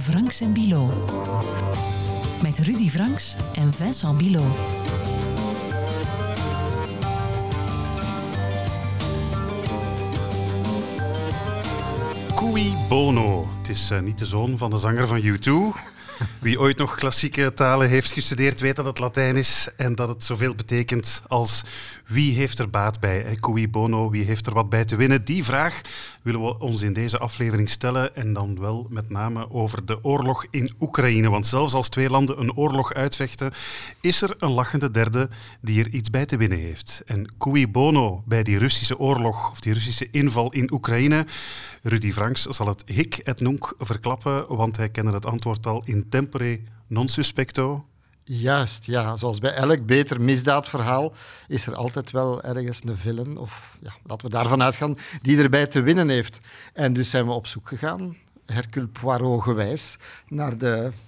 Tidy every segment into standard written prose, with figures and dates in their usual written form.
Franks en Bilot. Met Rudy Franks en Vincent Bilot. Cui Bono. Het is niet de zoon van de zanger van U2. Wie ooit nog klassieke talen heeft gestudeerd, weet dat het Latijn is en dat het zoveel betekent als wie heeft er baat bij? Cui bono, wie heeft er wat bij te winnen? Die vraag willen we ons in deze aflevering stellen en dan wel met name over de oorlog in Oekraïne. Want zelfs als twee landen een oorlog uitvechten, is er een lachende derde die er iets bij te winnen heeft. En cui bono bij die Russische oorlog of die Russische inval in Oekraïne. Rudy Franks zal het hic et nunc verklappen, want hij kende het antwoord al in tempore non suspecto. Juist, ja. Zoals bij elk beter misdaadverhaal is er altijd wel ergens een villain, of ja, laten we daarvan uitgaan, die erbij te winnen heeft. En dus zijn we op zoek gegaan, Hercule Poirot gewijs, naar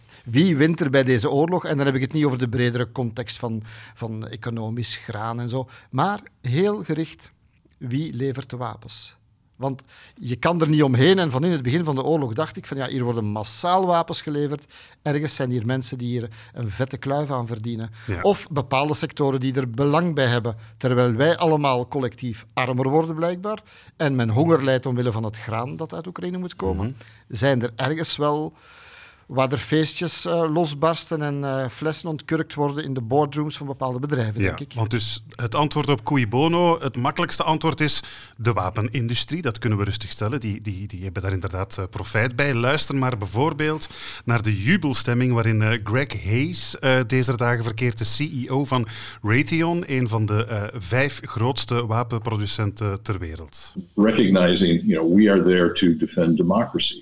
wie wint er bij deze oorlog. En dan heb ik het niet over de bredere context van economisch graan en zo, maar heel gericht, wie levert de wapens? Want je kan er niet omheen. En van in het begin van de oorlog dacht ik van ja, hier worden massaal wapens geleverd. Ergens zijn hier mensen die hier een vette kluif aan verdienen. Ja. Of bepaalde sectoren die er belang bij hebben. Terwijl wij allemaal collectief armer worden blijkbaar. En men honger lijdt omwille van het graan dat uit Oekraïne moet komen. Zijn er ergens wel waar er feestjes losbarsten en flessen ontkurkt worden in de boardrooms van bepaalde bedrijven, denk ik. Want dus het antwoord op cui bono, het makkelijkste antwoord is de wapenindustrie. Dat kunnen we rustig stellen. Die hebben daar inderdaad profijt bij. Luister maar bijvoorbeeld naar de jubelstemming waarin Greg Hayes deze dagen verkeert, de CEO van Raytheon, een van de 5 grootste wapenproducenten ter wereld. Recognizing, we are there to defend democracy.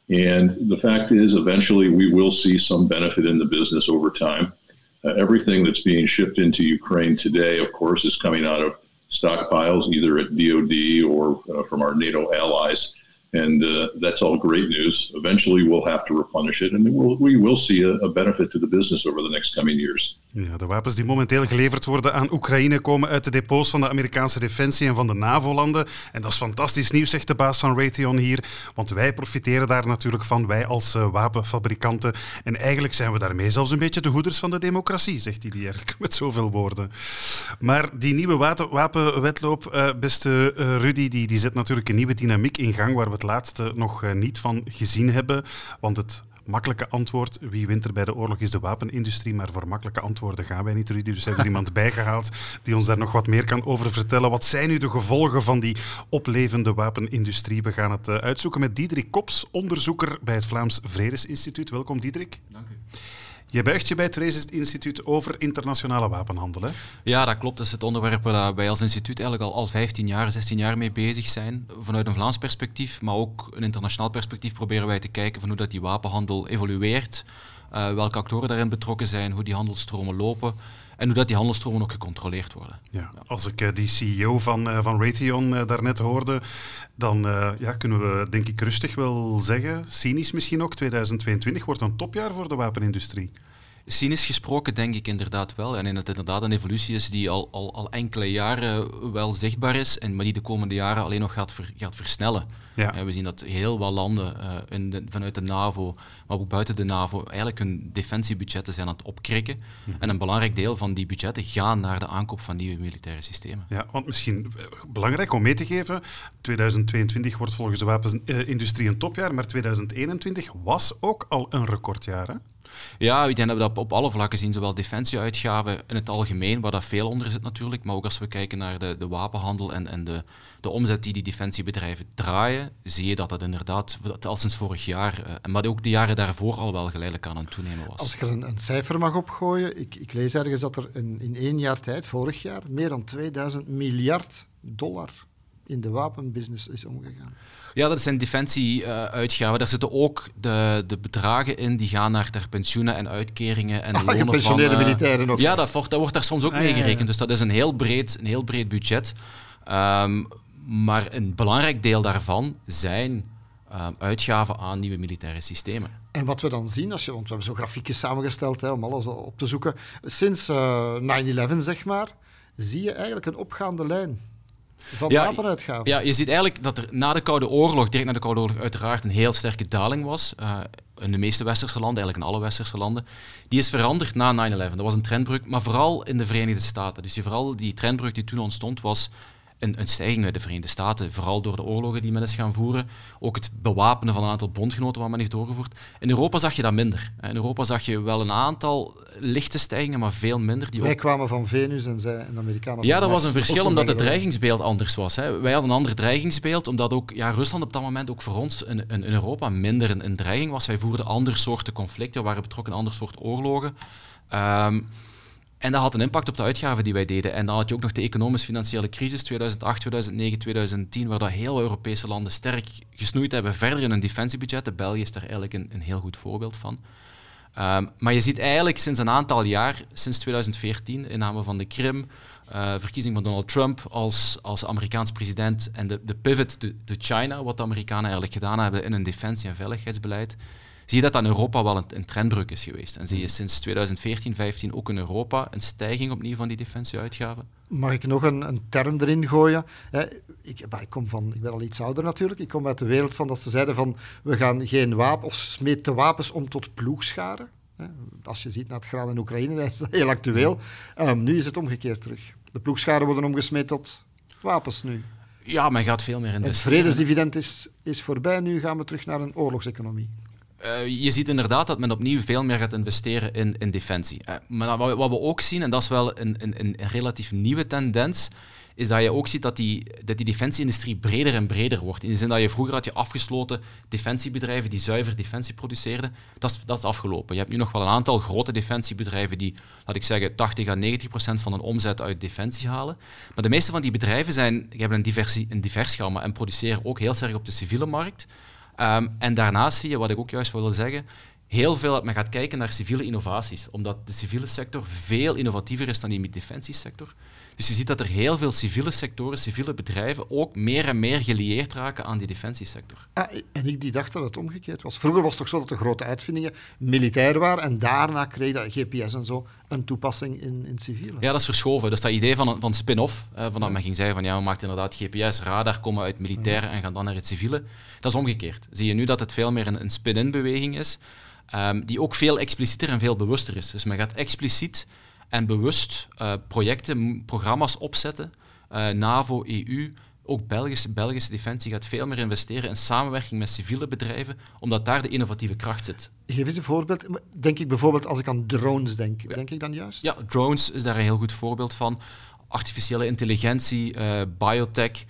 And the fact is, eventually we will see some benefit in the business over time. Everything that's being shipped into Ukraine today, of course, is coming out of stockpiles, either at DoD or from our NATO allies. And that's all great news. Eventually we'll have to replenish it, and we will see a benefit to the business over the next coming years. Ja, de wapens die momenteel geleverd worden aan Oekraïne komen uit de depots van de Amerikaanse Defensie en van de NAVO-landen. En dat is fantastisch nieuws, zegt de baas van Raytheon hier. Want wij profiteren daar natuurlijk van, wij als wapenfabrikanten. En eigenlijk zijn we daarmee zelfs een beetje de hoeders van de democratie, zegt hij die eigenlijk met zoveel woorden. Maar die nieuwe wapenwetloop, beste Rudy, die zet natuurlijk een nieuwe dynamiek in gang waar we het laatste nog niet van gezien hebben. Want het makkelijke antwoord, wie wint er bij de oorlog, is de wapenindustrie. Maar voor makkelijke antwoorden gaan wij niet, Rudy. Dus hebben we er iemand bijgehaald die ons daar nog wat meer kan over vertellen. Wat zijn nu de gevolgen van die oplevende wapenindustrie? We gaan het uitzoeken met Diederik Kops, onderzoeker bij het Vlaams Vredesinstituut. Welkom, Diederik. Dank u. Je buigt je bij het Vredesinstituut over internationale wapenhandel, hè? Ja, dat klopt. Dat is het onderwerp waar wij als instituut eigenlijk al 15 jaar, 16 jaar mee bezig zijn. Vanuit een Vlaams perspectief, maar ook een internationaal perspectief proberen wij te kijken van hoe dat die wapenhandel evolueert, welke actoren daarin betrokken zijn, hoe die handelsstromen lopen en hoe dat die handelsstromen ook gecontroleerd worden. Ja. Als ik die CEO van Raytheon daarnet hoorde, dan kunnen we denk ik rustig wel zeggen, cynisch misschien ook, 2022 wordt een topjaar voor de wapenindustrie. Cynisch gesproken denk ik inderdaad wel. En het inderdaad een evolutie is die al enkele jaren wel zichtbaar is, maar die de komende jaren alleen nog gaat versnellen. Ja. We zien dat heel wat landen vanuit de NAVO, maar ook buiten de NAVO, eigenlijk hun defensiebudgetten zijn aan het opkrikken. Mm-hmm. En een belangrijk deel van die budgetten gaan naar de aankoop van nieuwe militaire systemen. Ja, want misschien belangrijk om mee te geven, 2022 wordt volgens de wapenindustrie een topjaar, maar 2021 was ook al een recordjaar, hè? Ja, ik denk dat we dat op alle vlakken zien, zowel defensieuitgaven in het algemeen, waar dat veel onder zit natuurlijk, maar ook als we kijken naar de wapenhandel en de omzet die defensiebedrijven draaien, zie je dat dat inderdaad al sinds vorig jaar, maar ook de jaren daarvoor al wel geleidelijk aan het toenemen was. Als ik er een cijfer mag opgooien, ik lees ergens dat er in 1 jaar tijd, vorig jaar, meer dan $2000 miljard in de wapenbusiness is omgegaan. Ja, dat zijn defensieuitgaven. Daar zitten ook de bedragen in die gaan naar pensioenen en uitkeringen en lonen van... Gepensioneerde militairen nog. Ja, dat wordt daar soms ook mee gerekend. Ja. Dus dat is een heel breed budget. Maar een belangrijk deel daarvan zijn uitgaven aan nieuwe militaire systemen. En wat we dan zien, want we hebben zo grafiekjes samengesteld om alles op te zoeken, sinds 9/11 zeg maar, zie je eigenlijk een opgaande lijn van wapenuitgaven. Ja, je ziet eigenlijk dat er direct na de Koude Oorlog uiteraard een heel sterke daling was. in de meeste westerse landen, eigenlijk in alle westerse landen, die is veranderd na 9/11. Dat was een trendbreuk, maar vooral in de Verenigde Staten. Dus vooral die trendbreuk die toen ontstond was een stijging uit de Verenigde Staten, vooral door de oorlogen die men is gaan voeren. Ook het bewapenen van een aantal bondgenoten wat men heeft doorgevoerd. In Europa zag je dat minder. In Europa zag je wel een aantal lichte stijgingen, maar veel minder. Wij kwamen van Venus en zij en Amerikanen. Ja, dat was een verschil omdat het dreigingsbeeld anders was. Wij hadden een ander dreigingsbeeld, omdat ook Rusland op dat moment ook voor ons in Europa minder een dreiging was. Wij voerden andere soorten conflicten, we waren betrokken in andere soorten oorlogen. En dat had een impact op de uitgaven die wij deden. En dan had je ook nog de economisch-financiële crisis 2008, 2009, 2010, waar dat heel Europese landen sterk gesnoeid hebben verder in hun defensiebudgetten. België is daar eigenlijk een heel goed voorbeeld van. Maar je ziet eigenlijk sinds een aantal jaar, sinds 2014, inname van de Krim, verkiezing van Donald Trump als Amerikaans president en de pivot to China, wat de Amerikanen eigenlijk gedaan hebben in hun defensie- en veiligheidsbeleid, zie je dat in Europa wel een trendbreuk is geweest. En zie je sinds 2014, 15 ook in Europa een stijging opnieuw van die defensieuitgaven. Mag ik nog een term erin gooien? Ik ben al iets ouder natuurlijk. Ik kom uit de wereld van dat ze zeiden van we gaan geen wapen, of smeet de wapens om tot ploegscharen. Als je ziet naar het graan in Oekraïne, dat is heel actueel. Nu is het omgekeerd terug. De ploegscharen worden omgesmeed tot wapens nu. Ja, men gaat veel meer investeren. Het vredesdividend is voorbij, nu gaan we terug naar een oorlogseconomie. Je ziet inderdaad dat men opnieuw veel meer gaat investeren in defensie. Maar wat we ook zien, en dat is wel een relatief nieuwe tendens, is dat je ook ziet dat die defensieindustrie breder en breder wordt. In de zin dat je vroeger had je afgesloten defensiebedrijven die zuiver defensie produceerden. Dat is afgelopen. Je hebt nu nog wel een aantal grote defensiebedrijven die, laat ik zeggen, 80-90% van hun omzet uit defensie halen. Maar de meeste van die bedrijven hebben een divers gamma en produceren ook heel sterk op de civiele markt. En daarnaast zie je, wat ik ook juist wilde zeggen, heel veel dat men gaat kijken naar civiele innovaties, omdat de civiele sector veel innovatiever is dan die defensiesector. Dus je ziet dat er heel veel civiele sectoren, civiele bedrijven ook meer en meer gelieerd raken aan die defensiesector. En ik die dacht dat het omgekeerd was. Vroeger was het toch zo dat de grote uitvindingen militair waren en daarna kreeg dat GPS en zo een toepassing in civiele. Ja, dat is verschoven. Dus dat idee van spin-off, van dat men ging zeggen van ja, we maken inderdaad GPS, radar, komen uit militaire en gaan dan naar het civiele. Dat is omgekeerd. Zie je nu dat het veel meer een spin-in beweging is, die ook veel explicieter en veel bewuster is. Dus men gaat expliciet en bewust projecten, programma's opzetten. NAVO, EU, ook Belgische Defensie gaat veel meer investeren in samenwerking met civiele bedrijven, omdat daar de innovatieve kracht zit. Geef eens een voorbeeld. Denk ik bijvoorbeeld als ik aan drones denk. Denk ik dan juist? Ja, drones is daar een heel goed voorbeeld van. Artificiële intelligentie, biotech,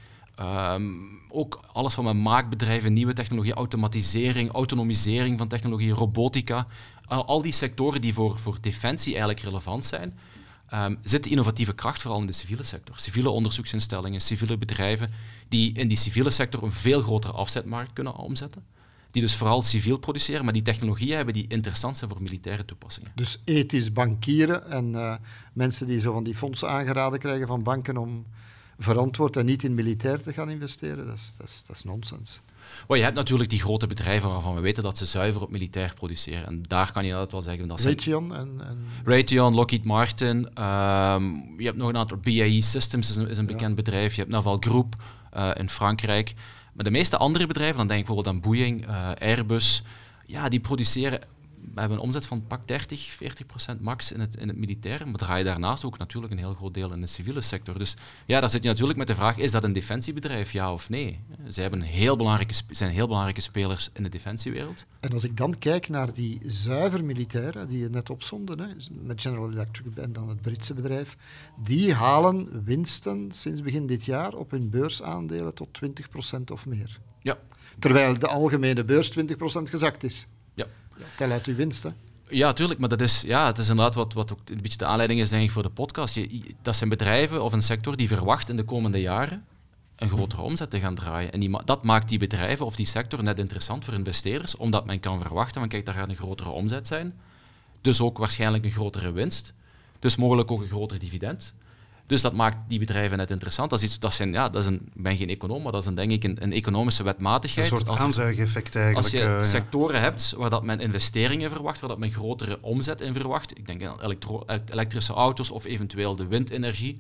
ook alles van mijn maakbedrijven, nieuwe technologie, automatisering, autonomisering van technologie, robotica. Al die sectoren die voor defensie eigenlijk relevant zijn, zit de innovatieve kracht vooral in de civiele sector. Civiele onderzoeksinstellingen, civiele bedrijven die in die civiele sector een veel grotere afzetmarkt kunnen omzetten. Die dus vooral civiel produceren, maar die technologieën hebben die interessant zijn voor militaire toepassingen. Dus ethisch bankieren en mensen die zo van die fondsen aangeraden krijgen van banken om verantwoord en niet in militair te gaan investeren, dat is nonsens. Well, je hebt natuurlijk die grote bedrijven waarvan we weten dat ze zuiver op militair produceren. En daar kan je dat wel zeggen. Dat Raytheon, Lockheed Martin. Je hebt nog een aantal. BAE Systems is een bekend bedrijf. Je hebt Naval Group in Frankrijk. Maar de meeste andere bedrijven, dan denk ik bijvoorbeeld aan Boeing, Airbus, ja, die produceren. We hebben een omzet van pak 30-40% max in het militair, maar draai je daarnaast ook natuurlijk een heel groot deel in de civiele sector. Dus ja, daar zit je natuurlijk met de vraag, is dat een defensiebedrijf, ja of nee? Zij hebben zijn heel belangrijke spelers in de defensiewereld. En als ik dan kijk naar die zuiver militairen, die je net opzonde, met General Electric en dan het Britse bedrijf, die halen winsten sinds begin dit jaar op hun beursaandelen tot 20% of meer. Ja. Terwijl de algemene beurs 20% gezakt is. Ja. Tel uit uw winst, hè? Ja, tuurlijk, maar het is inderdaad wat ook een beetje de aanleiding is denk ik voor de podcast. Dat zijn bedrijven of een sector die verwacht in de komende jaren een grotere omzet te gaan draaien. En dat maakt die bedrijven of die sector net interessant voor investeerders, omdat men kan verwachten van kijk, daar gaat een grotere omzet zijn, dus ook waarschijnlijk een grotere winst, dus mogelijk ook een groter dividend. Dus dat maakt die bedrijven net interessant. Ik ben geen econoom, maar dat is denk ik een economische wetmatigheid. Een soort aanzuigeffect eigenlijk. Als je sectoren hebt waar dat men investeringen verwacht, waar dat men grotere omzet in verwacht, ik denk aan elektrische auto's of eventueel de windenergie,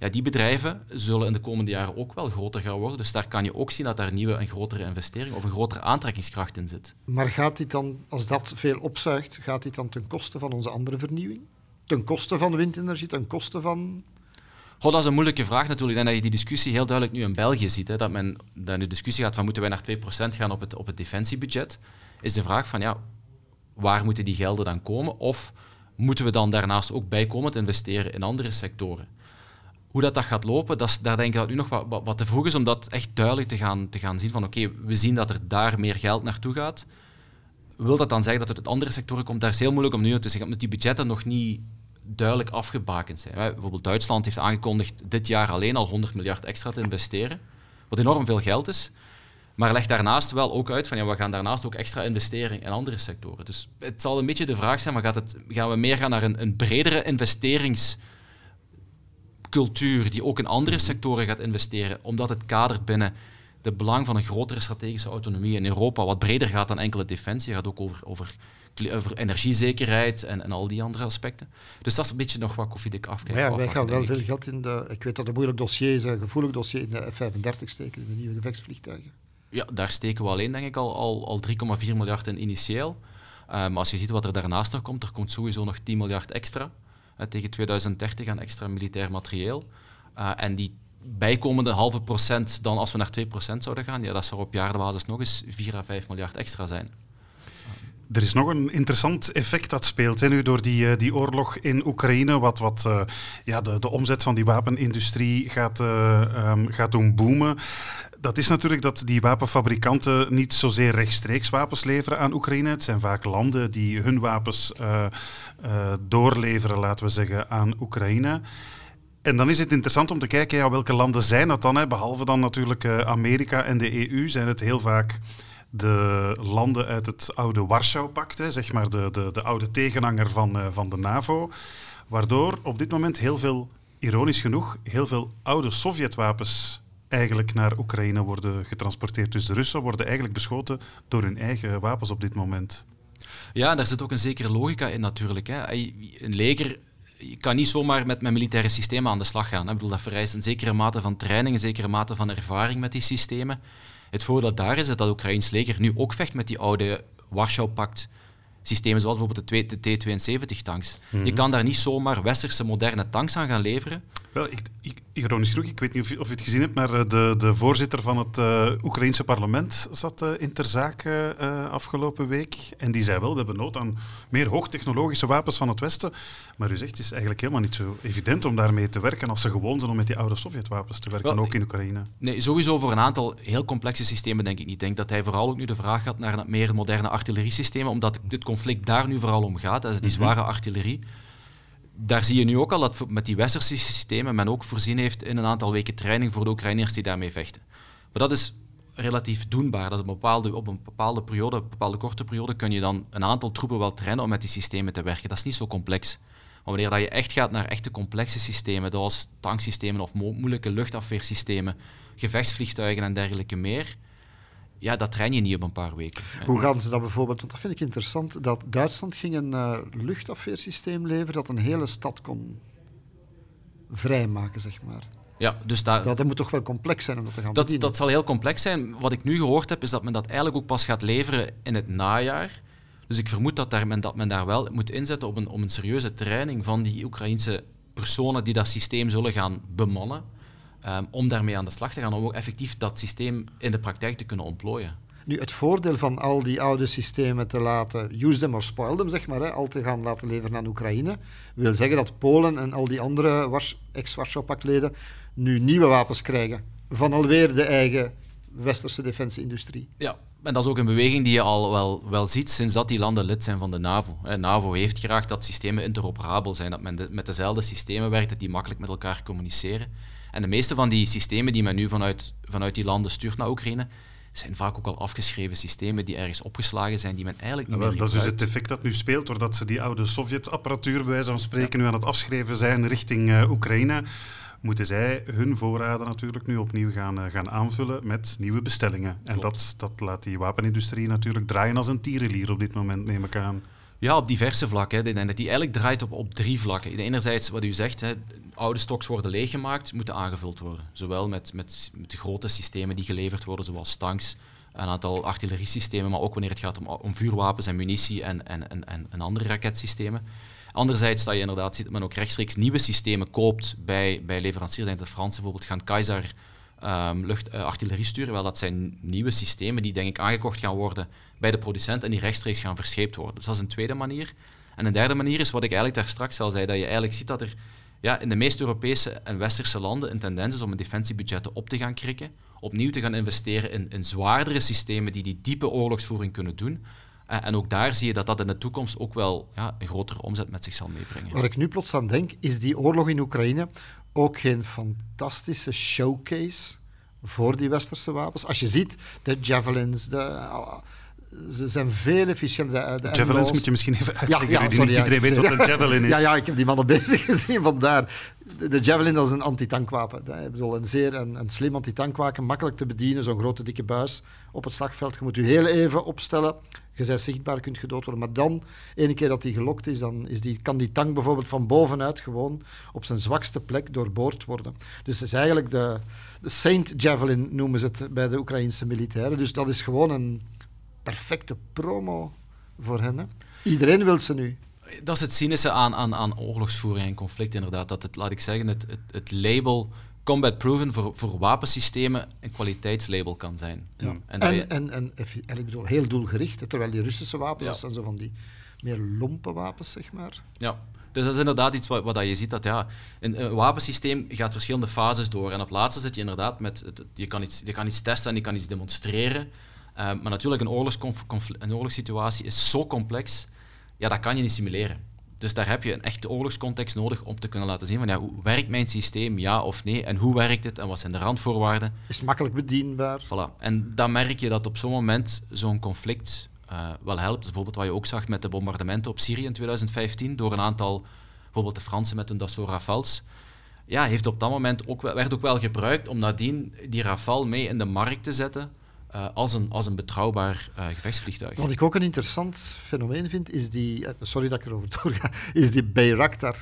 Ja, die bedrijven zullen in de komende jaren ook wel groter gaan worden. Dus daar kan je ook zien dat daar een grotere investering of een grotere aantrekkingskracht in zit. Maar gaat dit dan, als dat veel opzuigt, gaat dit dan ten koste van onze andere vernieuwing? Ten koste van windenergie, ten koste van... Dat is een moeilijke vraag natuurlijk. Ik denk dat je die discussie heel duidelijk nu in België ziet. Hè, dat de discussie gaat van moeten wij naar 2% gaan op het defensiebudget. Is de vraag van ja, waar moeten die gelden dan komen? Of moeten we dan daarnaast ook bijkomend investeren in andere sectoren? Hoe dat gaat lopen, daar denk ik dat nu nog wat te vroeg is om dat echt duidelijk te gaan zien van oké, we zien dat er daar meer geld naartoe gaat. Wil dat dan zeggen dat het uit andere sectoren komt? Daar is heel moeilijk om nu te zeggen, omdat die budgetten nog niet duidelijk afgebakend zijn. Bijvoorbeeld Duitsland heeft aangekondigd dit jaar alleen al 100 miljard extra te investeren, wat enorm veel geld is. Maar legt daarnaast wel ook uit van ja, we gaan daarnaast ook extra investeren in andere sectoren. Dus het zal een beetje de vraag zijn, maar gaan we meer gaan naar een bredere investeringscultuur die ook in andere sectoren gaat investeren, omdat het kadert binnen het belang van een grotere strategische autonomie in Europa, wat breder gaat dan enkele defensie, gaat ook over energiezekerheid en al die andere aspecten. Dus dat is een beetje nog wat koffiedik afkijken. Ja, wij gaan wel veel geld in de... Ik weet dat het een moeilijk dossier is, een gevoelig dossier in de F-35 steken, in de nieuwe gevechtsvliegtuigen. Ja, daar steken we alleen, denk ik, al 3,4 miljard in initieel. Maar als je ziet wat er daarnaast nog komt, er komt sowieso nog 10 miljard extra tegen 2030 aan extra militair materieel. En die bijkomende 0,5% dan als we naar 2% zouden gaan, ja, dat zou op jaarbasis nog eens 4 à 5 miljard extra zijn. Er is nog een interessant effect dat speelt nu door die oorlog in Oekraïne, wat de omzet van die wapenindustrie gaat doen boomen. Dat is natuurlijk dat die wapenfabrikanten niet zozeer rechtstreeks wapens leveren aan Oekraïne. Het zijn vaak landen die hun wapens doorleveren, laten we zeggen, aan Oekraïne. En dan is het interessant om te kijken, ja, welke landen zijn dat dan? Hè? Behalve dan natuurlijk Amerika en de EU zijn het heel vaak de landen uit het oude Warschau-pact, zeg maar de oude tegenhanger van de NAVO, waardoor op dit moment ironisch genoeg, heel veel oude Sovjetwapens eigenlijk naar Oekraïne worden getransporteerd. Dus de Russen worden eigenlijk beschoten door hun eigen wapens op dit moment. Ja, daar zit ook een zekere logica in natuurlijk. Hè. Een leger, je kan niet zomaar met militaire systemen aan de slag gaan. Hè. Ik bedoel, dat vereist een zekere mate van training, een zekere mate van ervaring met die systemen. Het voordeel daar is dat Oekraïns leger nu ook vecht met die oude Warschau-pact systemen, zoals bijvoorbeeld de T-72-tanks. Mm-hmm. Je kan daar niet zomaar westerse moderne tanks aan gaan leveren. Wel, ironisch genoeg, ik weet niet of je het gezien hebt, maar de voorzitter van het Oekraïense parlement zat in ter zake afgelopen week. En die zei wel, we hebben nood aan meer hoogtechnologische wapens van het Westen. Maar u zegt, het is eigenlijk helemaal niet zo evident om daarmee te werken als ze gewoon zijn om met die oude Sovjetwapens te werken, ook in Oekraïne. Nee, sowieso voor een aantal heel complexe systemen denk ik niet. Ik denk dat hij vooral ook nu de vraag had naar meer moderne artilleriesystemen, omdat dit conflict daar nu vooral om gaat. Dat is die zware artillerie. Daar zie je nu ook al dat met die westerse systemen men ook voorzien heeft in een aantal weken training voor de Oekraïners die daarmee vechten. Maar dat is relatief doenbaar. Dat op een bepaalde korte periode kun je dan een aantal troepen wel trainen om met die systemen te werken. Dat is niet zo complex. Maar wanneer je echt gaat naar echte complexe systemen, zoals tanksystemen of moeilijke luchtafweersystemen, gevechtsvliegtuigen en dergelijke meer, ja, dat train je niet op een paar weken. Hoe gaan ze dat bijvoorbeeld? Want dat vind ik interessant. Dat Duitsland ging een luchtafweersysteem leveren dat een hele stad kon vrijmaken, zeg maar. Ja, dus dat moet toch wel complex zijn om dat te gaan bedienen? Dat zal heel complex zijn. Wat ik nu gehoord heb, is dat men dat eigenlijk ook pas gaat leveren in het najaar. Dus ik vermoed dat men daar wel moet inzetten op een serieuze training van die Oekraïense personen die dat systeem zullen gaan bemannen. Om daarmee aan de slag te gaan, om ook effectief dat systeem in de praktijk te kunnen ontplooien. Nu, het voordeel van al die oude systemen te laten use them or spoil them, zeg maar, al te gaan laten leveren aan Oekraïne, wil zeggen dat Polen en al die andere ex-Warschau-pactleden nu nieuwe wapens krijgen van alweer de eigen westerse defensieindustrie. Ja, en dat is ook een beweging die je al wel ziet sinds dat die landen lid zijn van de NAVO. De NAVO heeft graag dat systemen interoperabel zijn, dat men met dezelfde systemen werkt, dat die makkelijk met elkaar communiceren. En de meeste van die systemen die men nu vanuit die landen stuurt naar Oekraïne, zijn vaak ook al afgeschreven systemen die ergens opgeslagen zijn, die men eigenlijk niet meer gebruikt. Dat is dus het effect dat nu speelt, doordat ze die oude Sovjet-apparatuur, bij wijze van spreken, nu aan het afschrijven zijn richting Oekraïne, moeten zij hun voorraden natuurlijk nu opnieuw gaan aanvullen met nieuwe bestellingen. En dat laat die wapenindustrie natuurlijk draaien als een tierenlier op dit moment, neem ik aan. Ja, op diverse vlakken. Ik denk dat die eigenlijk draait op 3 vlakken. Enerzijds, wat u zegt, oude stocks worden leeggemaakt, moeten aangevuld worden. Zowel met de grote systemen die geleverd worden, zoals tanks, een aantal artilleriesystemen, maar ook wanneer het gaat om vuurwapens en munitie en andere raketsystemen. Anderzijds dat je inderdaad ziet dat men ook rechtstreeks nieuwe systemen koopt bij leveranciers. Ik denk dat de Fransen bijvoorbeeld gaan Kaiser artillerie sturen. Wel, dat zijn nieuwe systemen die denk ik aangekocht gaan worden bij de producent en die rechtstreeks gaan verscheept worden. Dus dat is een tweede manier. En een derde manier is wat ik eigenlijk daar straks al zei, dat je eigenlijk ziet dat er in de meeste Europese en Westerse landen een tendens is om een defensiebudgetten op te gaan krikken, opnieuw te gaan investeren in zwaardere systemen die diepe oorlogsvoering kunnen doen. En ook daar zie je dat in de toekomst ook wel een grotere omzet met zich zal meebrengen. Waar ik nu plots aan denk, is die oorlog in Oekraïne ook geen fantastische showcase voor die westerse wapens? Als je ziet, de javelins, ze zijn veel efficiënter. De javelins moet je misschien even uitleggen. Niet iedereen weet wat een javelin is. Ja, ik heb die mannen bezig gezien, vandaar. De javelin, dat is een antitankwapen. Ik bedoel, een slim antitankwapen, makkelijk te bedienen, zo'n grote dikke buis op het slagveld. Je moet je heel even opstellen. Je bent zichtbaar, kunt gedood worden. Maar dan, ene keer dat die gelokt is, dan kan die tank bijvoorbeeld van bovenuit gewoon op zijn zwakste plek doorboord worden. Dus het is eigenlijk de Saint Javelin, noemen ze het bij de Oekraïnse militairen. Dus dat is gewoon een perfecte promo voor hen. Hè? Iedereen wil ze nu. Dat is het cynische aan oorlogsvoering en conflict inderdaad. Dat het label combat proven voor wapensystemen een kwaliteitslabel kan zijn. Ja. En ik bedoel, heel doelgericht. Terwijl die Russische wapens, dat zijn zo van die meer lompe wapens, zeg maar. Ja, dus dat is inderdaad iets wat je ziet. Dat een wapensysteem gaat verschillende fases door. En op het laatste zit je inderdaad met... Je kan iets testen en je kan iets demonstreren. Maar natuurlijk, een oorlogssituatie is zo complex, dat kan je niet simuleren. Dus daar heb je een echte oorlogscontext nodig om te kunnen laten zien van hoe werkt mijn systeem, ja of nee, en hoe werkt het en wat zijn de randvoorwaarden. Is het makkelijk bedienbaar? Voilà. En dan merk je dat op zo'n moment zo'n conflict wel helpt. Dus bijvoorbeeld wat je ook zag met de bombardementen op Syrië in 2015 door een aantal, bijvoorbeeld de Fransen met hun Dassault Rafales. Ja, heeft op dat moment werd ook wel gebruikt om nadien die Rafale mee in de markt te zetten. Als een betrouwbaar gevechtsvliegtuig. Wat ik ook een interessant fenomeen vind, is die... sorry dat ik erover doorga. Is die Bayraktar,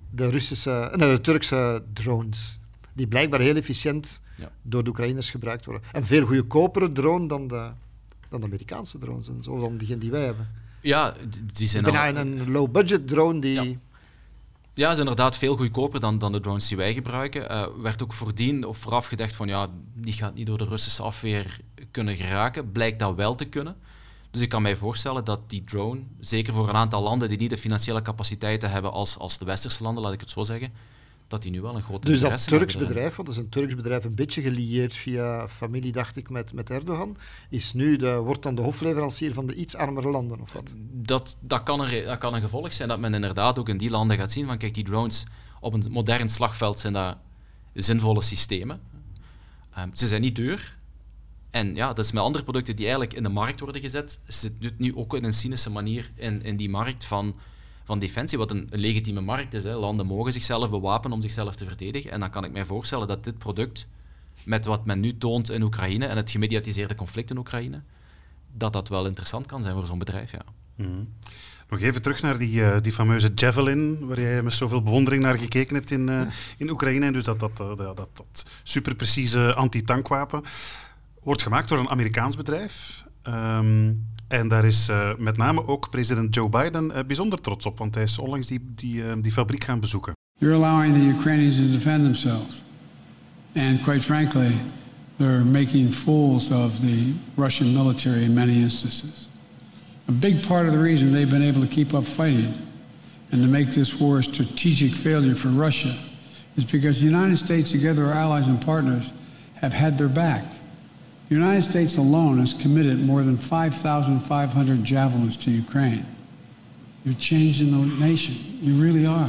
de Turkse drones. Die blijkbaar heel efficiënt door de Oekraïners gebruikt worden. En veel goedkopere drone dan de Amerikaanse drones en zo, dan diegene die wij hebben. Ja, die zijn een low-budget drone die... Ja, is inderdaad veel goedkoper dan de drones die wij gebruiken. Werd ook voordien of vooraf gedacht van die gaat niet door de Russische afweer kunnen geraken. Blijkt dat wel te kunnen. Dus ik kan mij voorstellen dat die drone, zeker voor een aantal landen die niet de financiële capaciteiten hebben als de westerse landen, laat ik het zo zeggen, dat die nu wel een grote interesse hebben. Dus dat Turks bedrijf, want dat is een Turks bedrijf, een beetje gelieerd via familie, dacht ik, met Erdogan, wordt dan de hofleverancier van de iets armere landen, of wat? Dat kan een gevolg zijn, dat men inderdaad ook in die landen gaat zien van kijk, die drones op een modern slagveld zijn dat zinvolle systemen. Ze zijn niet duur. En dat is met andere producten die eigenlijk in de markt worden gezet, zit nu ook in een cynische manier in die markt van defensie, wat een legitieme markt is. Hè. Landen mogen zichzelf bewapenen om zichzelf te verdedigen. En dan kan ik mij voorstellen dat dit product, met wat men nu toont in Oekraïne en het gemediatiseerde conflict in Oekraïne, dat wel interessant kan zijn voor zo'n bedrijf, ja. Mm-hmm. Nog even terug naar die fameuze Javelin, waar jij met zoveel bewondering naar gekeken hebt in Oekraïne. En dus dat superprecieze antitankwapen wordt gemaakt door een Amerikaans bedrijf. En daar is met name ook president Joe Biden bijzonder trots op, want hij is onlangs die fabriek gaan bezoeken. You're allowing the Ukrainians to defend themselves. And quite frankly, they're making fools of the Russian military in many instances. A big part of the reason they've been able to keep up fighting and to make this war a strategic failure for Russia is because the United States, together our allies and partners, have had their back. The United States alone has committed more than 5,500 javelins to Ukraine. You're changing the nation. You really are.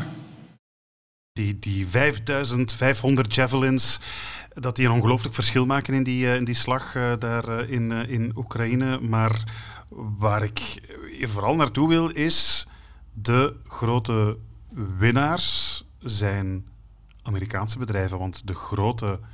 Die 5.500 javelins, dat die een ongelooflijk verschil maken in die slag daar in Oekraïne. Maar waar ik hier vooral naartoe wil is, de grote winnaars zijn Amerikaanse bedrijven. Want de grote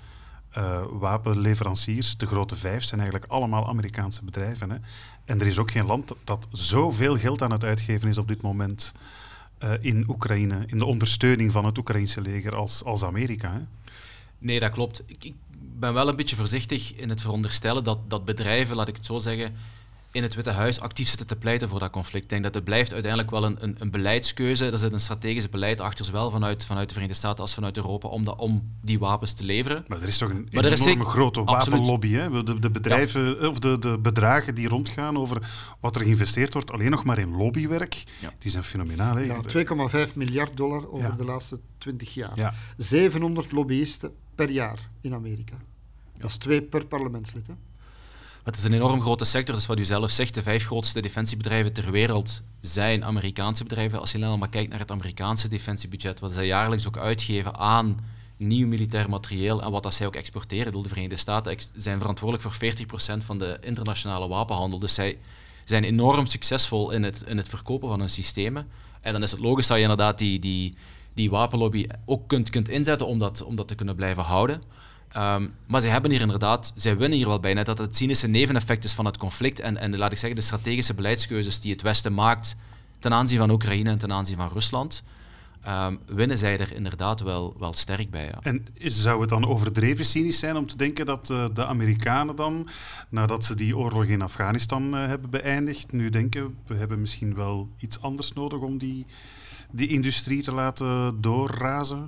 wapenleveranciers, de grote 5, zijn eigenlijk allemaal Amerikaanse bedrijven. Hè? En er is ook geen land dat zoveel geld aan het uitgeven is op dit moment in Oekraïne, in de ondersteuning van het Oekraïnse leger als Amerika. Hè? Nee, dat klopt. Ik ben wel een beetje voorzichtig in het veronderstellen dat bedrijven, laat ik het zo zeggen, in het Witte Huis actief zitten te pleiten voor dat conflict. Ik denk dat het blijft uiteindelijk wel een beleidskeuze. Er zit een strategisch beleid achter, zowel vanuit de Verenigde Staten als vanuit Europa, om die wapens te leveren. Maar er is toch een enorme grote wapenlobby. Hè? De bedrijven, of de bedragen die rondgaan over wat er geïnvesteerd wordt, alleen nog maar in lobbywerk, die zijn fenomenaal. Hè? Ja, $2,5 miljard over de laatste 20 jaar. Ja. 700 lobbyisten per jaar in Amerika. Dat is 2 per parlementslid. Hè? Het is een enorm grote sector, dat is wat u zelf zegt. De 5 grootste defensiebedrijven ter wereld zijn Amerikaanse bedrijven. Als je dan maar kijkt naar het Amerikaanse defensiebudget, wat zij jaarlijks ook uitgeven aan nieuw militair materieel en wat dat zij ook exporteren. De Verenigde Staten zijn verantwoordelijk voor 40% van de internationale wapenhandel. Dus zij zijn enorm succesvol in het verkopen van hun systemen. En dan is het logisch dat je inderdaad die wapenlobby ook kunt inzetten om dat te kunnen blijven houden. Maar zij winnen hier wel bij, net dat het cynische neveneffect is van het conflict en laat ik zeggen, de strategische beleidskeuzes die het Westen maakt ten aanzien van Oekraïne en ten aanzien van Rusland, winnen zij er inderdaad wel sterk bij. Ja. En zou het dan overdreven cynisch zijn om te denken dat de Amerikanen dan, nadat ze die oorlog in Afghanistan hebben beëindigd, nu denken, we hebben misschien wel iets anders nodig om die industrie te laten doorrazen?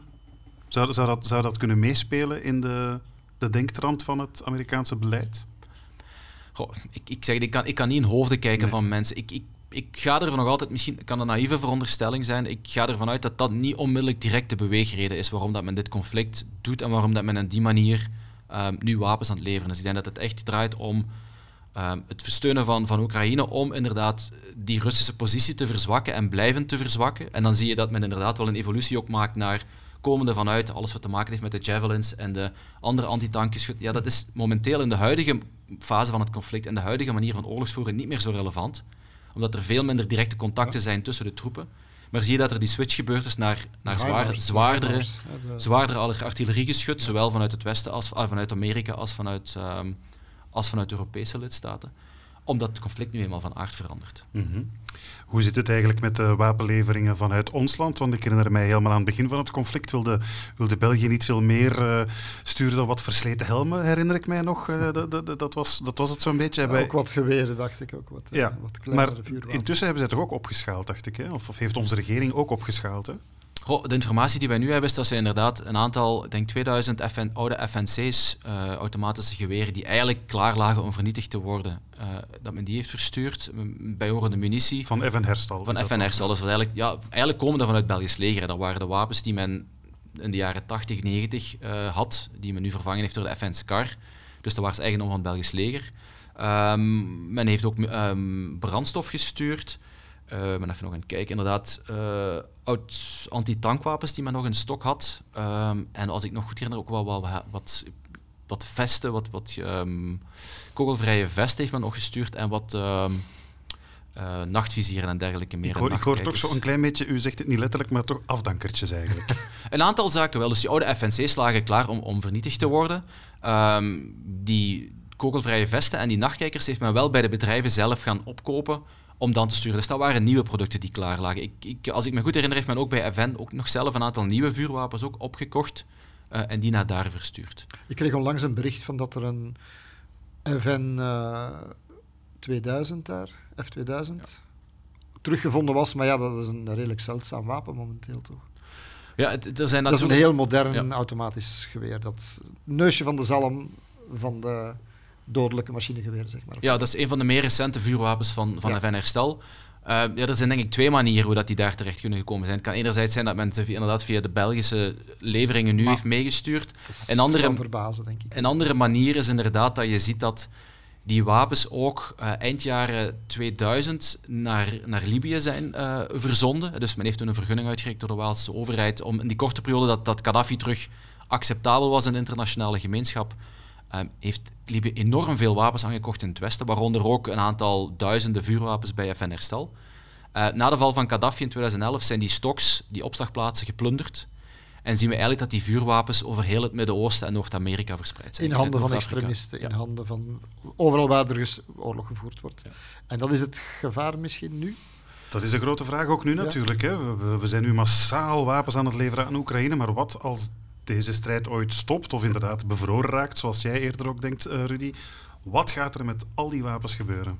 Zou dat kunnen meespelen in de denktrand van het Amerikaanse beleid? Goh, ik kan niet in hoofden kijken van mensen. Ik ga er nog altijd, misschien kan een naïeve veronderstelling zijn, ik ga ervan uit dat niet onmiddellijk direct de beweegreden is waarom dat men dit conflict doet en waarom dat men op die manier nu wapens aan het leveren is. Ik denk dat het echt draait om het versteunen van Oekraïne om inderdaad die Russische positie te verzwakken en blijvend te verzwakken. En dan zie je dat men inderdaad wel een evolutie ook maakt naar komende vanuit alles wat te maken heeft met de javelins en de andere antitankjes. Ja, dat is momenteel in de huidige fase van het conflict en de huidige manier van oorlogsvoeren niet meer zo relevant, omdat er veel minder directe contacten zijn tussen de troepen. Maar zie je dat er die switch gebeurd is naar zwaardere artilleriegeschut, zowel vanuit het Westen als vanuit Amerika als vanuit Europese lidstaten, omdat het conflict nu eenmaal van aard verandert. Mm-hmm. Hoe zit het eigenlijk met de wapenleveringen vanuit ons land? Want ik herinner mij helemaal aan het begin van het conflict wilde België niet veel meer sturen dan wat versleten helmen, herinner ik mij nog. Dat was het zo'n beetje. Ook wat geweren, dacht ik. Ook wat kleinere vuurwapens. Maar intussen hebben zij toch ook opgeschaald, dacht ik. Hè? Of heeft onze regering ook opgeschaald? Hè? Goh, de informatie die wij nu hebben is dat ze inderdaad een aantal, ik denk 2000 oude FNC's, automatische geweren, die eigenlijk klaar lagen om vernietigd te worden, dat men die heeft verstuurd, bijhorende munitie. Van FN Herstal. Van FN Herstal. Dus eigenlijk komen dat vanuit Belgisch leger. En dat waren de wapens die men in de jaren 80, 90 had, die men nu vervangen heeft door de FN SCAR. Dus dat was eigendom van het Belgisch leger. Men heeft ook brandstof gestuurd. Men even nog aan het kijken, inderdaad, oud antitankwapens die men nog in stok had. En als ik nog goed herinner, ook wel wat vesten, wat kogelvrije vesten heeft men nog gestuurd en wat nachtvizieren en dergelijke meer. Ik hoor toch zo een klein beetje, u zegt het niet letterlijk, maar toch afdankertjes eigenlijk. Een aantal zaken wel. Dus die oude FNC's lagen klaar om vernietigd te worden. Die kogelvrije vesten en die nachtkijkers heeft men wel bij de bedrijven zelf gaan opkopen om dan te sturen. Dus dat waren nieuwe producten die klaar lagen. Als ik me goed herinner, heeft men ook bij FN ook nog zelf een aantal nieuwe vuurwapens ook opgekocht en die naar daar verstuurd. Ik kreeg onlangs een bericht van dat er een FN 2000 daar, F2000, teruggevonden was. Maar ja, dat is een redelijk zeldzaam wapen momenteel, toch? Ja, dat is een heel modern automatisch geweer. Dat neusje van de zalm van de dodelijke machinegeweer, zeg maar. Ja, dat is een van de meer recente vuurwapens van FN Herstal. Er zijn denk ik 2 manieren hoe dat die daar terecht kunnen gekomen zijn. Het kan enerzijds zijn dat men inderdaad via de Belgische leveringen nu heeft meegestuurd. Dat zou verbazen, denk ik. Een andere manier is inderdaad dat je ziet dat die wapens ook eind jaren 2000 naar Libië zijn verzonden. Dus men heeft toen een vergunning uitgereikt door de Waalse overheid om in die korte periode dat Gaddafi terug acceptabel was in de internationale gemeenschap, heeft Libië enorm veel wapens aangekocht in het Westen, waaronder ook een aantal duizenden vuurwapens bij FN Herstal. Na de val van Gaddafi in 2011 zijn die stocks, die opslagplaatsen, geplunderd. En zien we eigenlijk dat die vuurwapens over heel het Midden-Oosten en Noord-Amerika verspreid zijn. In handen van extremisten, in handen van overal waar er oorlog gevoerd wordt. Ja. En dat is het gevaar misschien nu? Dat is de grote vraag ook nu natuurlijk. Hè. We zijn nu massaal wapens aan het leveren aan Oekraïne, maar wat als deze strijd ooit stopt of inderdaad bevroren raakt, zoals jij eerder ook denkt, Rudy? Wat gaat er met al die wapens gebeuren?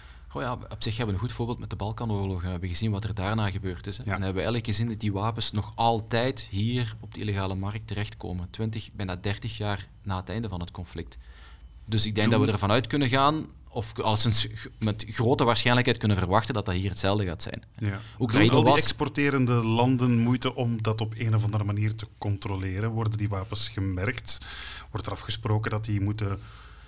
Op zich hebben we een goed voorbeeld met de Balkanoorlog. We hebben gezien wat er daarna gebeurd is. En hebben we eigenlijk gezien dat die wapens nog altijd hier op de illegale markt terechtkomen. 20, bijna 30 jaar na het einde van het conflict. Dus ik denk dat we ervan uit kunnen gaan, of alleszins met grote waarschijnlijkheid kunnen verwachten, dat dat hier hetzelfde gaat zijn. Ja. Doen al die exporterende landen moeite om dat op een of andere manier te controleren? Worden die wapens gemerkt? Wordt er afgesproken dat die moeten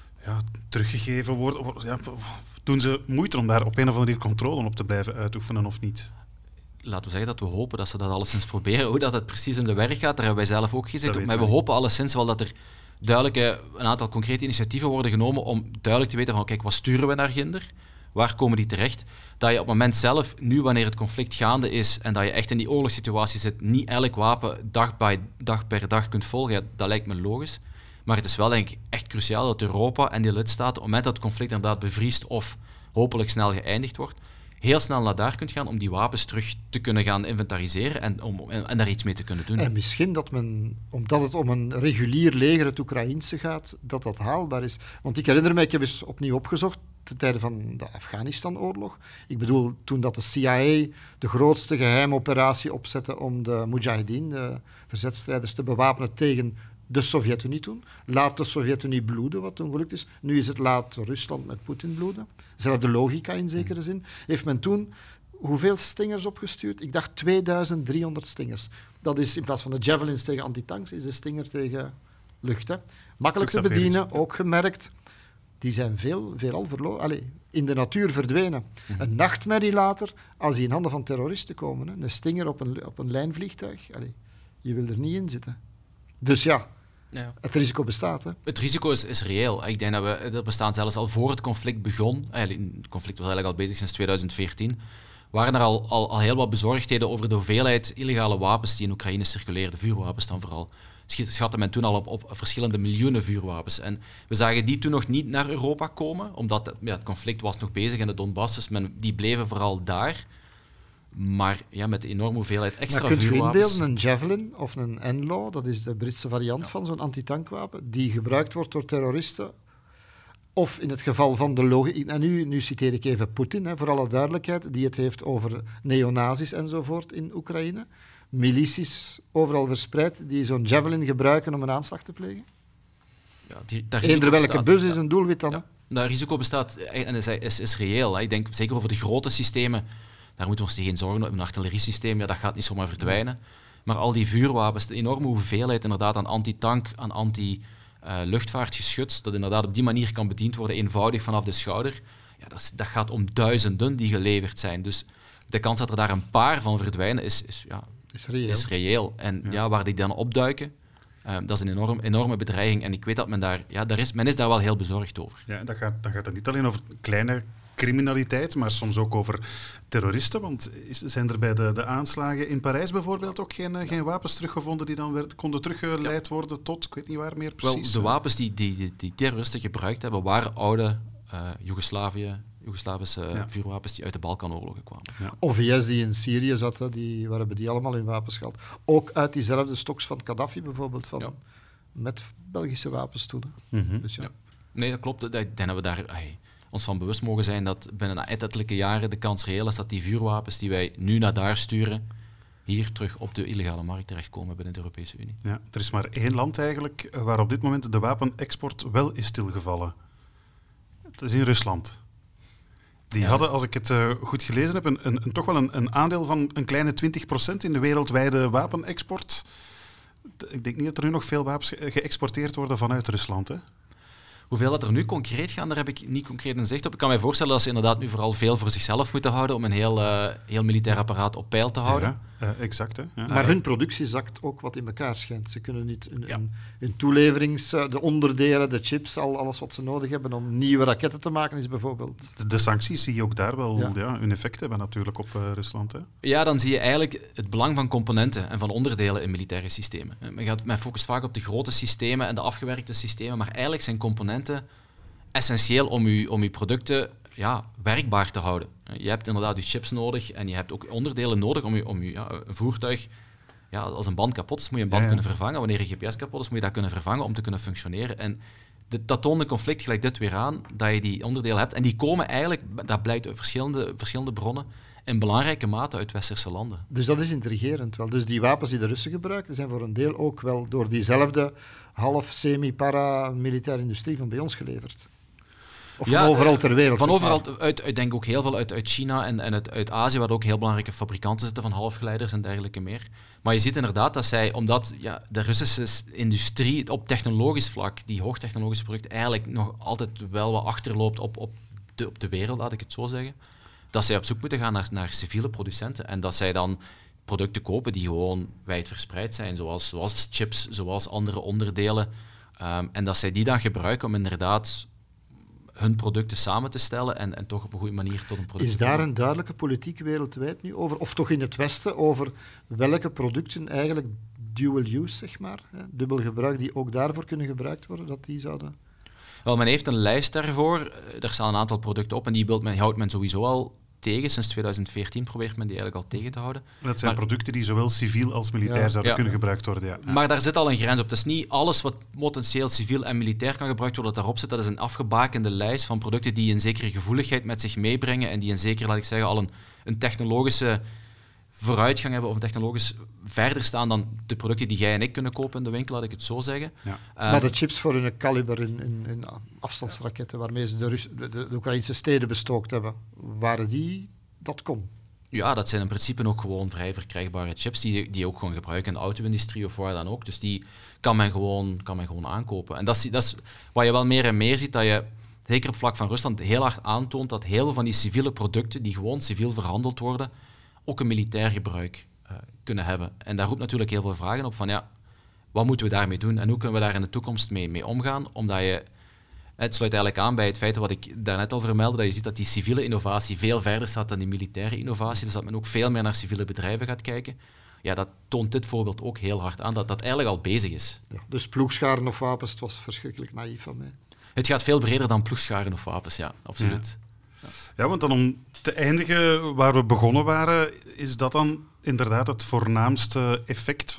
teruggegeven worden? Ja, doen ze moeite om daar op een of andere manier controle op te blijven uitoefenen of niet? Laten we zeggen dat we hopen dat ze dat alleszins proberen. Hoe dat het precies in de werk gaat, daar hebben wij zelf ook gezegd. Maar we hopen alleszins wel dat er duidelijk een aantal concrete initiatieven worden genomen om duidelijk te weten van kijk, wat sturen we naar ginder? Waar komen die terecht? Dat je op het moment zelf, nu wanneer het conflict gaande is en dat je echt in die oorlogssituatie zit, niet elk wapen dag per dag kunt volgen, dat lijkt me logisch. Maar het is wel denk ik echt cruciaal dat Europa en die lidstaten, op het moment dat het conflict inderdaad bevriest of hopelijk snel geëindigd wordt, heel snel naar daar kunt gaan om die wapens terug te kunnen gaan inventariseren en daar iets mee te kunnen doen. En misschien dat men, omdat het om een regulier leger, het Oekraïense gaat, dat haalbaar is. Want ik herinner mij, ik heb eens opnieuw opgezocht, ten tijde van de Afghanistan-oorlog. Ik bedoel, toen dat de CIA de grootste geheime operatie opzette om de Mujahideen, de verzetstrijders, te bewapenen tegen de Sovjet-Unie toen. Laat de Sovjet-Unie bloeden, wat toen gelukt is. Nu is het laat Rusland met Poetin bloeden. Zelfde logica in zekere zin. Heeft men toen hoeveel stingers opgestuurd? Ik dacht 2300 stingers. Dat is in plaats van de javelins tegen antitanks, is de stinger tegen lucht. Hè. Makkelijk te bedienen, ook gemerkt. Die zijn veelal verloren. In de natuur verdwenen. Een nachtmerrie later, als die in handen van terroristen komen. Hè. Een stinger op een lijnvliegtuig. Je wil er niet in zitten. Dus ja. Het risico bestaat. Hè? Het risico is reëel. Ik denk dat bestaan zelfs al voor het conflict begon. Het conflict was eigenlijk al bezig sinds 2014. Waren er al heel wat bezorgdheden over de hoeveelheid illegale wapens die in Oekraïne circuleerden, vuurwapens dan vooral. Schatte men toen al op verschillende miljoenen vuurwapens. En we zagen die toen nog niet naar Europa komen, omdat het conflict was nog bezig in de Donbass, dus die bleven vooral daar. Maar met de enorme hoeveelheid extra vuurwapens... Maar kunt je inbeelden, een Javelin of een NLAW, dat is de Britse variant van zo'n antitankwapen, die gebruikt wordt door terroristen, of in het geval van de logica... En nu citeer ik even Poetin, voor alle duidelijkheid, die het heeft over neonazis enzovoort in Oekraïne. Milities overal verspreid die zo'n Javelin gebruiken om een aanslag te plegen. Eender welke bus is een doelwit dan. Dat risico bestaat en is reëel. Ik denk zeker over de grote systemen. Daar moeten we ons geen zorgen om. Een artilleriesysteem, dat gaat niet zomaar verdwijnen. Maar al die vuurwapens, de enorme hoeveelheid inderdaad aan antitank, aan anti-luchtvaartgeschut, dat inderdaad op die manier kan bediend worden, eenvoudig vanaf de schouder, dat gaat om duizenden die geleverd zijn. Dus de kans dat er daar een paar van verdwijnen is reëel. En waar die dan opduiken, dat is een enorme bedreiging. En ik weet dat men is daar wel heel bezorgd over. Ja, dan gaat het niet alleen over kleine criminaliteit, maar soms ook over terroristen. Want zijn er bij de aanslagen in Parijs bijvoorbeeld ook geen wapens teruggevonden die dan konden teruggeleid worden tot, ik weet niet waar meer precies? Wel, de wapens die terroristen gebruikt hebben, waren oude Joegoslavische vuurwapens die uit de Balkanoorlogen kwamen. Ja. Of IS die in Syrië zat, waar hebben die allemaal hun wapens gehad? Ook uit diezelfde stoks van Gaddafi bijvoorbeeld, met Belgische wapens toen. Mm-hmm. Dus Nee, dat klopt. Ik denk dat we daar ons van bewust mogen zijn dat binnen ettelijke jaren de kans reëel is dat die vuurwapens die wij nu naar daar sturen, hier terug op de illegale markt terechtkomen binnen de Europese Unie. Ja, er is maar één land eigenlijk waar op dit moment de wapenexport wel is stilgevallen. Dat is in Rusland. Die hadden, als ik het goed gelezen heb, toch wel een aandeel van een kleine 20% in de wereldwijde wapenexport. Ik denk niet dat er nu nog veel wapens geëxporteerd worden vanuit Rusland, hè? Hoeveel dat er nu concreet gaan, daar heb ik niet concreet een zicht op. Ik kan mij voorstellen dat ze inderdaad nu vooral veel voor zichzelf moeten houden om een heel militair apparaat op peil te houden. Exact, hè? Ja. Maar hun productie zakt ook wat in elkaar schijnt. Ze kunnen niet hun toeleverings, de onderdelen, de chips, alles wat ze nodig hebben om nieuwe raketten te maken, is bijvoorbeeld... De sancties zie je ook daar wel hun effect hebben natuurlijk op Rusland. Hè? Ja, dan zie je eigenlijk het belang van componenten en van onderdelen in militaire systemen. Men focust vaak op de grote systemen en de afgewerkte systemen, maar eigenlijk zijn componenten essentieel om je producten werkbaar te houden. Je hebt inderdaad je chips nodig en je hebt ook onderdelen nodig om je een voertuig... Ja, als een band kapot is, moet je een band kunnen vervangen. Wanneer je GPS kapot is, moet je dat kunnen vervangen om te kunnen functioneren. En dat toont een conflict gelijk dit weer aan, dat je die onderdelen hebt. En die komen eigenlijk, dat blijkt uit verschillende bronnen, in belangrijke mate uit westerse landen. Dus dat is intrigerend wel. Dus die wapens die de Russen gebruiken, zijn voor een deel ook wel door diezelfde half semi-para-militaire industrie van bij ons geleverd. Of van overal ter wereld. Van overal, ik denk ook heel veel uit China en uit Azië, waar ook heel belangrijke fabrikanten zitten van halfgeleiders en dergelijke meer. Maar je ziet inderdaad dat omdat de Russische industrie op technologisch vlak, die hoogtechnologische producten, eigenlijk nog altijd wel wat achterloopt op de wereld, laat ik het zo zeggen, dat zij op zoek moeten gaan naar civiele producenten. En dat zij dan producten kopen die gewoon wijdverspreid zijn, zoals chips, zoals andere onderdelen. En dat zij die dan gebruiken om inderdaad hun producten samen te stellen en toch op een goede manier tot een product te komen. Is daar een duidelijke politiek wereldwijd nu over, of toch in het Westen, over welke producten eigenlijk dual use, zeg maar, dubbel gebruik, die ook daarvoor kunnen gebruikt worden, dat die zouden... Wel, men heeft een lijst daarvoor. Er staan een aantal producten op en die houdt men sowieso al tegen. Sinds 2014 probeert men die eigenlijk al tegen te houden. Dat zijn producten die zowel civiel als militair zouden kunnen gebruikt worden. Ja. Maar daar zit al een grens op. Het is niet alles wat potentieel civiel en militair kan gebruikt worden dat daarop zit. Dat is een afgebakende lijst van producten die een zekere gevoeligheid met zich meebrengen en die een zeker, laat ik zeggen, al een technologische vooruitgang hebben of technologisch verder staan dan de producten die jij en ik kunnen kopen in de winkel, laat ik het zo zeggen. Ja. Maar de chips voor hun kaliber in afstandsraketten waarmee ze de Oekraïnse steden bestookt hebben, waren die dat kon? Ja, dat zijn in principe ook gewoon vrij verkrijgbare chips die je ook gewoon gebruiken in de auto-industrie of waar dan ook. Dus die kan men gewoon aankopen. En dat is wat je wel meer en meer ziet, dat je zeker op vlak van Rusland heel hard aantoont dat heel veel van die civiele producten die gewoon civiel verhandeld worden, ook een militair gebruik kunnen hebben. En daar roept natuurlijk heel veel vragen op van wat moeten we daarmee doen en hoe kunnen we daar in de toekomst mee omgaan? Omdat het sluit eigenlijk aan bij het feit wat ik daarnet al vermeldde, dat je ziet dat die civiele innovatie veel verder staat dan die militaire innovatie, dus dat men ook veel meer naar civiele bedrijven gaat kijken. Ja, dat toont dit voorbeeld ook heel hard aan, dat eigenlijk al bezig is. Ja, dus ploegscharen of wapens, het was verschrikkelijk naïef van mij. Het gaat veel breder dan ploegscharen of wapens, ja, absoluut. Ja, want dan om te eindigen waar we begonnen waren, is dat dan inderdaad het voornaamste effect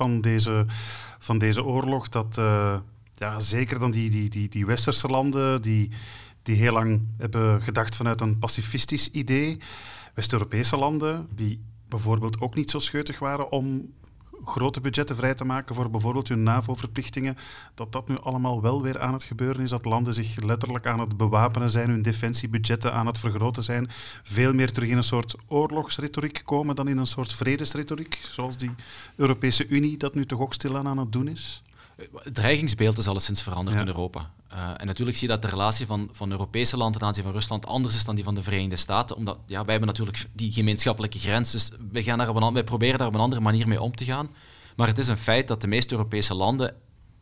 van deze oorlog, dat zeker dan die westerse landen die heel lang hebben gedacht vanuit een pacifistisch idee, West-Europese landen die bijvoorbeeld ook niet zo scheutig waren om grote budgetten vrij te maken voor bijvoorbeeld hun NAVO-verplichtingen, dat nu allemaal wel weer aan het gebeuren is, dat landen zich letterlijk aan het bewapenen zijn, hun defensiebudgetten aan het vergroten zijn, veel meer terug in een soort oorlogsretoriek komen dan in een soort vredesretoriek, zoals die Europese Unie dat nu toch ook stilaan aan het doen is? Het dreigingsbeeld is alleszins veranderd in Europa. En natuurlijk zie je dat de relatie van Europese landen ten aanzien van Rusland anders is dan die van de Verenigde Staten, omdat wij hebben natuurlijk die gemeenschappelijke grens, dus wij proberen daar op een andere manier mee om te gaan. Maar het is een feit dat de meeste Europese landen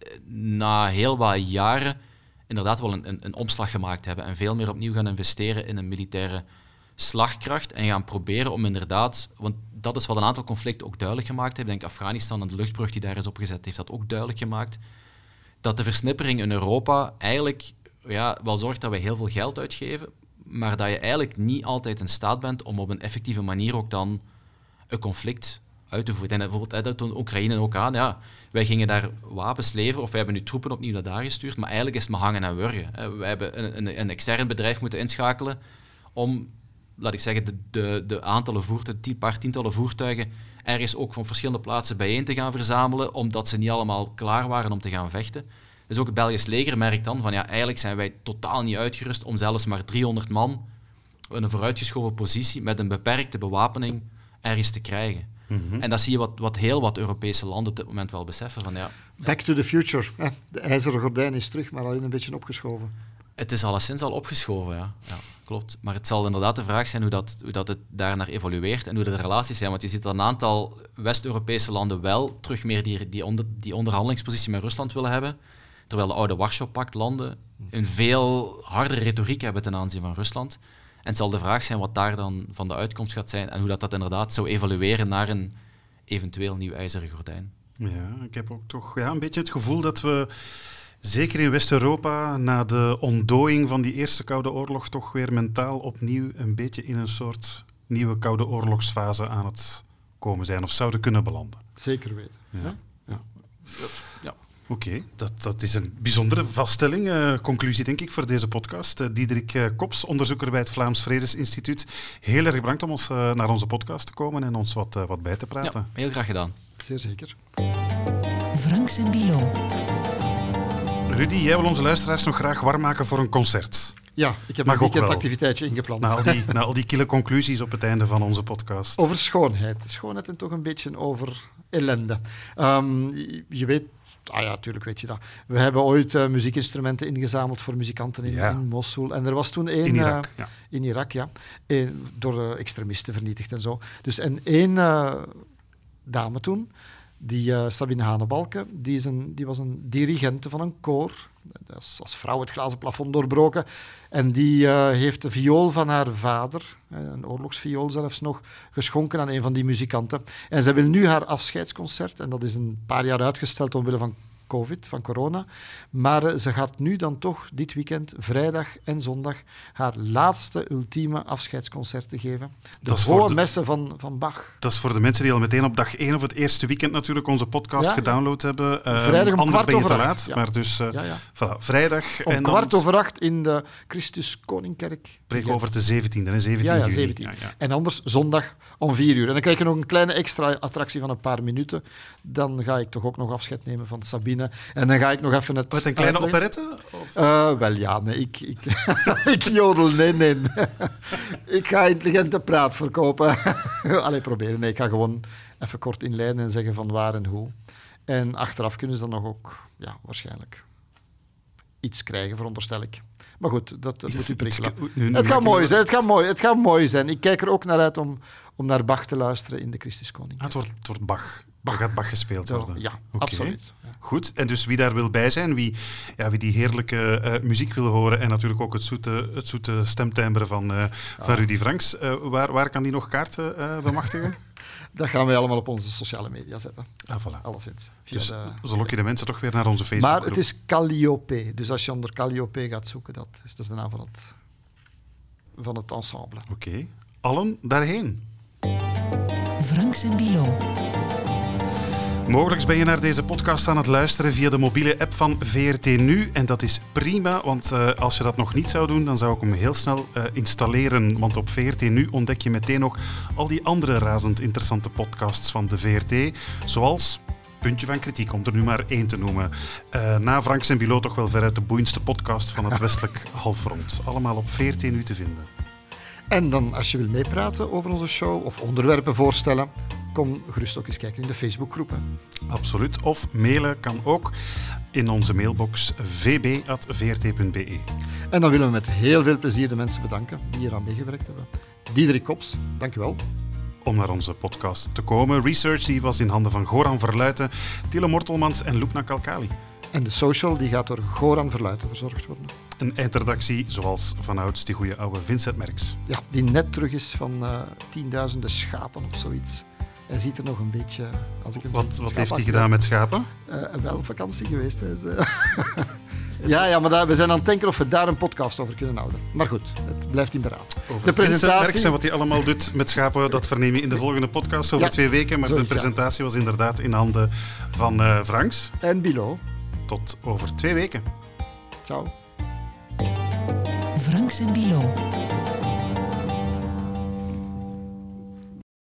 na heel wat jaren inderdaad wel een omslag gemaakt hebben en veel meer opnieuw gaan investeren in een militaire slagkracht en gaan proberen om inderdaad, want dat is wat een aantal conflicten ook duidelijk gemaakt heeft. Ik denk Afghanistan en de luchtbrug die daar is opgezet, heeft dat ook duidelijk gemaakt. Dat de versnippering in Europa eigenlijk wel zorgt dat wij heel veel geld uitgeven, maar dat je eigenlijk niet altijd in staat bent om op een effectieve manier ook dan een conflict uit te voeren. En bijvoorbeeld, dat toont Oekraïne ook aan. Wij gingen daar wapens leveren of wij hebben nu troepen opnieuw naar daar gestuurd, maar eigenlijk is het maar hangen en wurgen. We hebben een extern bedrijf moeten inschakelen om, laat ik zeggen, de aantallen voertuigen, tientallen voertuigen ergens ook van verschillende plaatsen bijeen te gaan verzamelen, omdat ze niet allemaal klaar waren om te gaan vechten. Dus ook het Belgisch leger merkt dan van eigenlijk zijn wij totaal niet uitgerust om zelfs maar 300 man in een vooruitgeschoven positie met een beperkte bewapening ergens te krijgen. Mm-hmm. En dat zie je wat heel wat Europese landen op dit moment wel beseffen. Van, Back to the future. De ijzeren gordijn is terug, maar alleen een beetje opgeschoven. Het is alleszins al opgeschoven, ja, klopt. Maar het zal inderdaad de vraag zijn hoe dat het daarnaar evolueert en hoe de relaties zijn. Want je ziet dat een aantal West-Europese landen wel terug meer die onderhandelingspositie met Rusland willen hebben, terwijl de oude Warschau-pact-landen een veel hardere retoriek hebben ten aanzien van Rusland. En het zal de vraag zijn wat daar dan van de uitkomst gaat zijn en hoe dat inderdaad zou evolueren naar een eventueel nieuw ijzeren gordijn. Ja, ik heb ook toch een beetje het gevoel dat we, zeker in West-Europa, na de ontdooiing van die Eerste Koude Oorlog, toch weer mentaal opnieuw een beetje in een soort nieuwe Koude Oorlogsfase aan het komen zijn, of zouden kunnen belanden. Zeker weten. Ja. Ja. Oké, dat is een bijzondere vaststelling. Conclusie, denk ik, voor deze podcast. Diederik Kops, onderzoeker bij het Vlaams Vredesinstituut. Heel erg bedankt om naar onze podcast te komen en ons wat bij te praten. Ja, heel graag gedaan. Zeer zeker. Franks en Bilo. Rudy, jij wil onze luisteraars nog graag warm maken voor een concert. Ja, ik heb Mag een weekendactiviteitje ingepland. Na al die kille conclusies op het einde van onze podcast. Over schoonheid. Schoonheid en toch een beetje over ellende. Je weet, natuurlijk weet je dat. We hebben ooit muziekinstrumenten ingezameld voor muzikanten in Mosul. En er was toen één... In Irak, ja. Door extremisten vernietigd en zo. Dus één dame toen, die Sabine Hanebalke, die was een dirigente van een koor. Dat is als vrouw het glazen plafond doorbroken. En die heeft de viool van haar vader, een oorlogsviool zelfs nog, geschonken aan een van die muzikanten. En zij wil nu haar afscheidsconcert, en dat is een paar jaar uitgesteld omwille van COVID, van corona. Maar ze gaat nu dan toch dit weekend, vrijdag en zondag, haar laatste, ultieme afscheidsconcerten geven. De voormessen van Bach. Dat is voor de mensen die al meteen op dag 1 of het eerste weekend natuurlijk onze podcast gedownload hebben. Vrijdag om anders ben je te 7:15. laat. Ja. Maar dus voilà, vrijdag. Om 7:15 in de Christus Koningkerk. Preek over de 17e en 17 juni. 17. Ja. En anders zondag om 4:00. En dan krijg je nog een kleine extra attractie van een paar minuten. Dan ga ik toch ook nog afscheid nemen van Sabine. En dan ga ik nog even het... Wat, een kleine operette? Wel ja, nee. Ik jodel, nee. Ik ga intelligente praat verkopen. Allee, proberen. Nee, ik ga gewoon even kort inleiden en zeggen van waar en hoe. En achteraf kunnen ze dan nog ook, waarschijnlijk iets krijgen, veronderstel ik. Maar goed, dat moet u prikkelen. Het gaat mooi zijn, het gaat mooi zijn. Ik kijk er ook naar uit om naar Bach te luisteren in de Christus Koning. Het wordt Bach. Er gaat Bach gespeeld worden. Ja, okay. Absoluut. Ja. Goed, en dus wie daar wil bij zijn, wie die heerlijke muziek wil horen en natuurlijk ook het zoete stemtimbre van Rudy Franks, waar kan die nog kaarten bemachtigen? Dat gaan wij allemaal op onze sociale media zetten. Voilà. Alleszins. Dus zo lok je de mensen toch weer naar onze Facebookgroep. Maar het is Calliope. Dus als je onder Calliope gaat zoeken, dat is de naam van het ensemble. Oké. Allen daarheen. Franks en Bilo. Mogelijk ben je naar deze podcast aan het luisteren via de mobiele app van VRT Nu. En dat is prima, want als je dat nog niet zou doen, dan zou ik hem heel snel installeren. Want op VRT Nu ontdek je meteen nog al die andere razend interessante podcasts van de VRT. Zoals Puntje van Kritiek, om er nu maar 1 te noemen. Na Franks en Bilo toch wel veruit de boeiendste podcast van het westelijk halfrond. Allemaal op VRT Nu te vinden. En dan, als je wil meepraten over onze show of onderwerpen voorstellen, kom gerust ook eens kijken in de Facebookgroepen. Absoluut. Of mailen kan ook in onze mailbox vb@vrt.be. En dan willen we met heel veel plezier de mensen bedanken die hier aan meegewerkt hebben. Diederik Kops, dankjewel. Om naar onze podcast te komen. Research die was in handen van Goran Verluiten, Tille Mortelmans en Lupna Kalkali. En de social die gaat door Goran Verluiten verzorgd worden. Een eindredactie zoals vanouds die goede oude Vincent Merks. Ja, die net terug is van 10.000 schapen of zoiets. Hij ziet er nog een beetje... Als ik hem wat heeft hij gedaan met schapen? Wel vakantie geweest. Ja, maar we zijn aan het denken of we daar een podcast over kunnen houden. Maar goed, het blijft in beraad. Over de presentatie... Merks en wat hij allemaal doet met schapen, dat verneem je in de volgende podcast over 2 weken. Maar zoiets, de presentatie was inderdaad in handen van Franks. En Bilo. Tot over 2 weken. Ciao. Franks en Bilo.